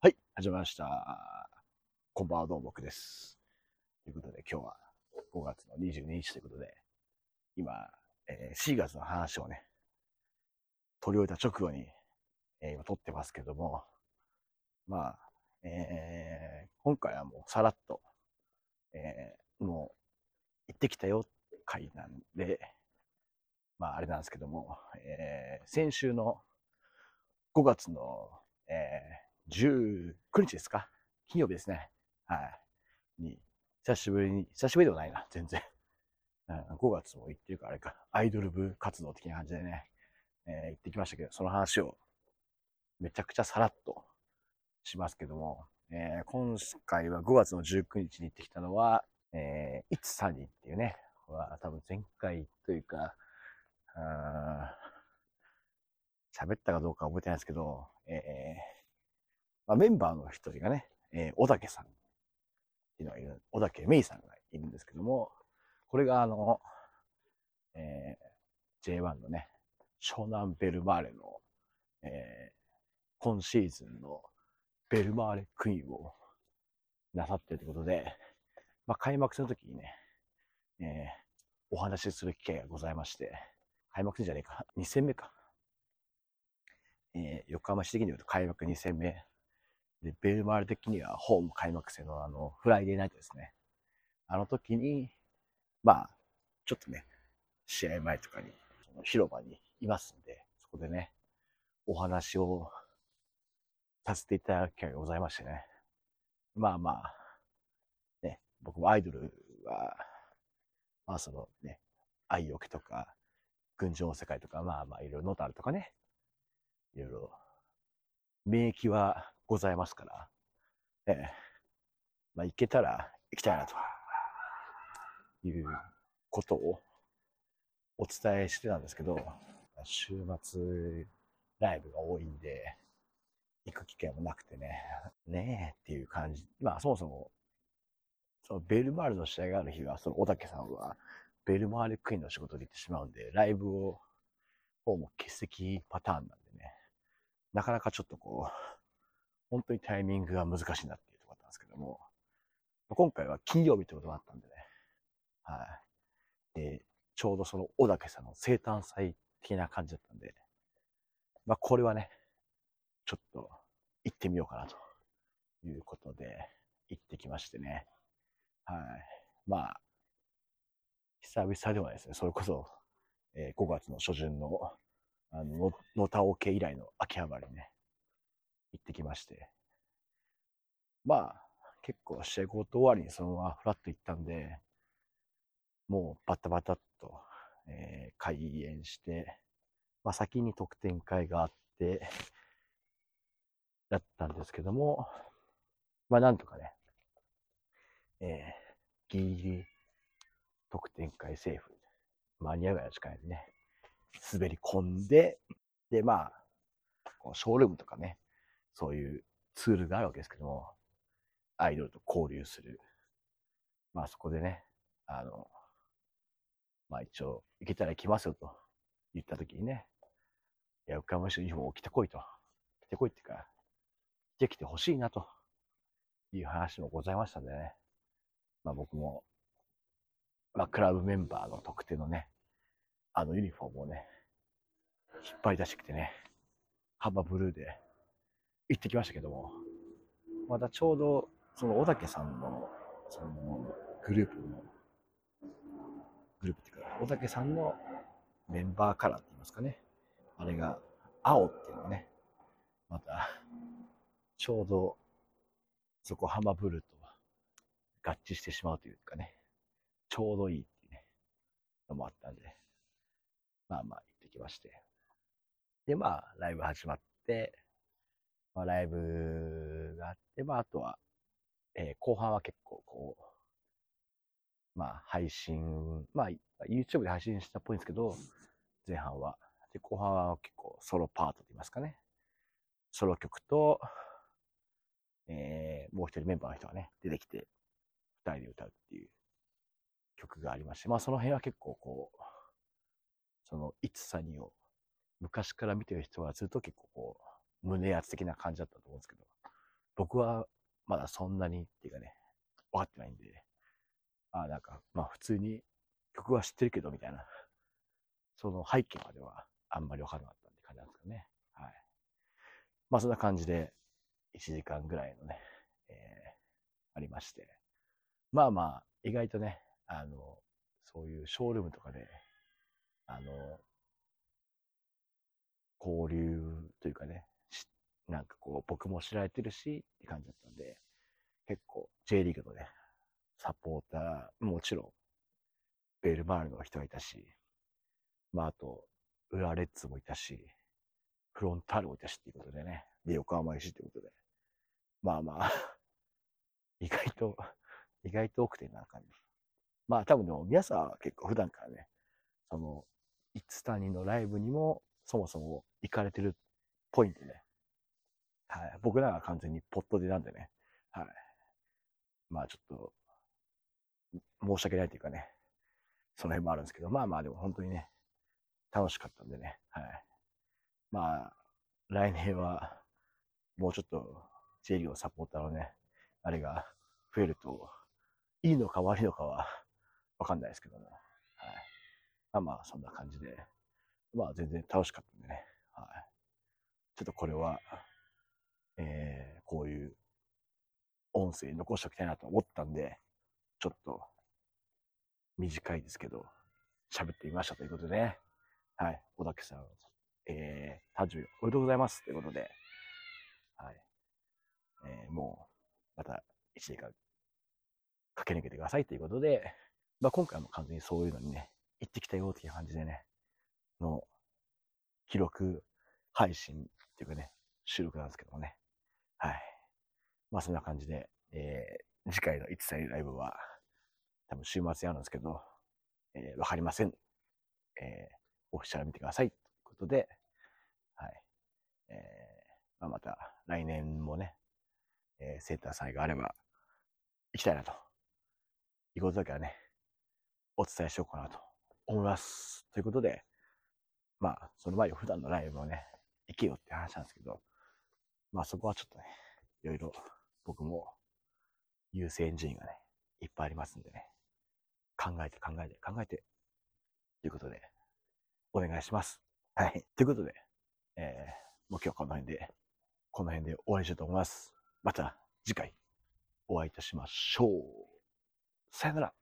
はい、始まりました。こんばんは、どうも僕です。ということで、今日は5月の22日ということで、今、4月の話をね、取り終えた直後に、今撮ってますけども、まあ、今回はもうさらっと、もう行ってきたよ回なんで、まああれなんですけども、先週の5月の、19日ですか、金曜日ですね。はい。に、久しぶりでもないな、全然。5月も行ってるからあれか、アイドル部活動的な感じでね、行ってきましたけど、その話をめちゃくちゃさらっとしますけども、今回は5月の19日に行ってきたのは、いつサニーっていうね、多分前回というか、喋ったかどうか覚えてないですけど、まあ、メンバーの一人がね、小竹さんっていうのがいる、小竹芽衣さんがいるんですけども、これがえJ1 のね、湘南ベルマーレの、え今シーズンのベルマーレクイーンをなさっているということで、まあ、開幕するときにね、えーお話しする機会がございまして、開幕戦じゃねえか、2戦目か。横浜市的に言うと開幕2戦目。で、ベルマーレ的にはホーム開幕戦のフライデーナイトですね。あの時に、まあ、ちょっとね、試合前とかに、その広場にいますんで、そこでね、お話をさせていただく機会がございましてね。まあまあ、ね、僕もアイドルは、まあそのね、愛よけとか、群青の世界とか、まあまあいろいろノータルとかね、いろいろ免疫はございますから、ええ、まあ行けたら行きたいなということをお伝えしてたんですけど、週末ライブが多いんで、行く機会もなくてね、ねえっていう感じ。まあそもそも、そのベルマールの試合がある日は、その小竹さんはベルマーレクイーンの仕事で行ってしまうんで、ライブをも欠席パターンなんでね、なかなかちょっとこう、本当にタイミングが難しいなっていうところだったんですけども、今回は金曜日ってことがあったんでね、はい。ちょうどその小竹さんの生誕祭的な感じだったんで、まあこれはね、ちょっと行ってみようかなということで、行ってきましてね。はい。まあ、久々ではないですね、それこそ、5月の初旬の、のたおけ以来の秋葉原にね、行ってきまして。まあ、結構仕事終わりにそのままフラッと行ったんで、もうバタバタっと、開演して、まあ先に特典会があって、だったんですけども、まあなんとかね、ギリギリ特典会セーフ、間に合うぐらいの時間にね、滑り込んで、で、まあ、こうショールームとかね、そういうツールがあるわけですけども、アイドルと交流する。まあそこでね、あの、まあ一応、行けたら行きますよと言った時にね、いや、浮かばしユニフォームを着てこいと。着てこいっていうか、着てきてほしいなという話もございましたんでね。まあ僕も、まあクラブメンバーの特定のね、ユニフォームをね、引っ張り出してきてね、幅ブルーで行ってきましたけども、またちょうど、その小竹さんの、その、グループの、グループっていうか、小竹さんのメンバーカラーって言いますかね。あれが、青っていうのがね、また、ちょうど、そこ浜ブルーと合致してしまうというかね、ちょうどいいっていうね、のもあったんで、まあまあ行ってきまして。で、まあ、ライブ始まって、まあ、ライブがあって、まあ、あとは、後半は結構こう、まあ、配信、まあ、YouTube で配信したっぽいんですけど、前半は。で、後半は結構ソロパートと言いますかね。ソロ曲と、もう一人メンバーの人がね、出てきて、二人で歌うっていう曲がありまして、まあその辺は結構こう、その、いつさにを昔から見てる人はずっと結構こう、胸圧的な感じだったと思うんですけど、 僕はまだそんなにっていうかね、分かってないんで、なんか、まあ普通に曲は知ってるけどみたいな、その背景まではあんまり分からなかったって感じなんですけどね。はい。まあそんな感じで、1時間ぐらいのね、えありまして。まあまあ、意外とね、そういうショールームとかで、あの、交流というかね、なんかこう、僕も知られてるしって感じだったんで、結構 J リーグのね、サポーター、もちろん、ベルマーレの人がいたし、まああと、裏レッズもいたし、フロンターレもいたしっていうことでね、で、横浜 FC ってことで、まあまあ意外と、意外と多くてなんかね、まあ多分でも皆さんは結構普段からね、その、イッツタニのライブにもそもそも行かれてるっぽいんでね。はい。僕らは完全にポットでなんでね。はい。まあちょっと、申し訳ないというかね、その辺もあるんですけど、まあまあでも本当にね、楽しかったんでね。はい。まあ、来年は、もうちょっと、J リーグのサポーターのね、あれが増えると、いいのか悪いのかは、わかんないですけども。はい。まあまあ、そんな感じで。まあ全然楽しかったんでね。はい。ちょっとこれは、こういう音声残しておきたいなと思ったんで、ちょっと短いですけど、喋ってみましたということでね。はい。小竹さん、誕生日おめでとうございますということで、はい。もう、また1時間駆け抜けてくださいということで、まあ今回も完全にそういうのにね、行ってきたよっていう感じでね、の記録配信っていうかね、収録なんですけどもね。はい。まあそんな感じで、次回のいつさライブは、多分週末やるんですけど、わかりません。オフィシャル見てください。ということで、はい。えまあ、また来年もね、センター祭があれば行きたいなということだけはね、お伝えしようかなと思います。ということで、まあ、その前に普段のライブもね、行けよって話なんですけど、まあそこはちょっとね、いろいろ僕も優先順位がね、いっぱいありますんでね、考えて、ということで、お願いします。はい。ということで、もう今日はこの辺で終わりにしようと思います。また次回お会いいたしましょう。さよなら。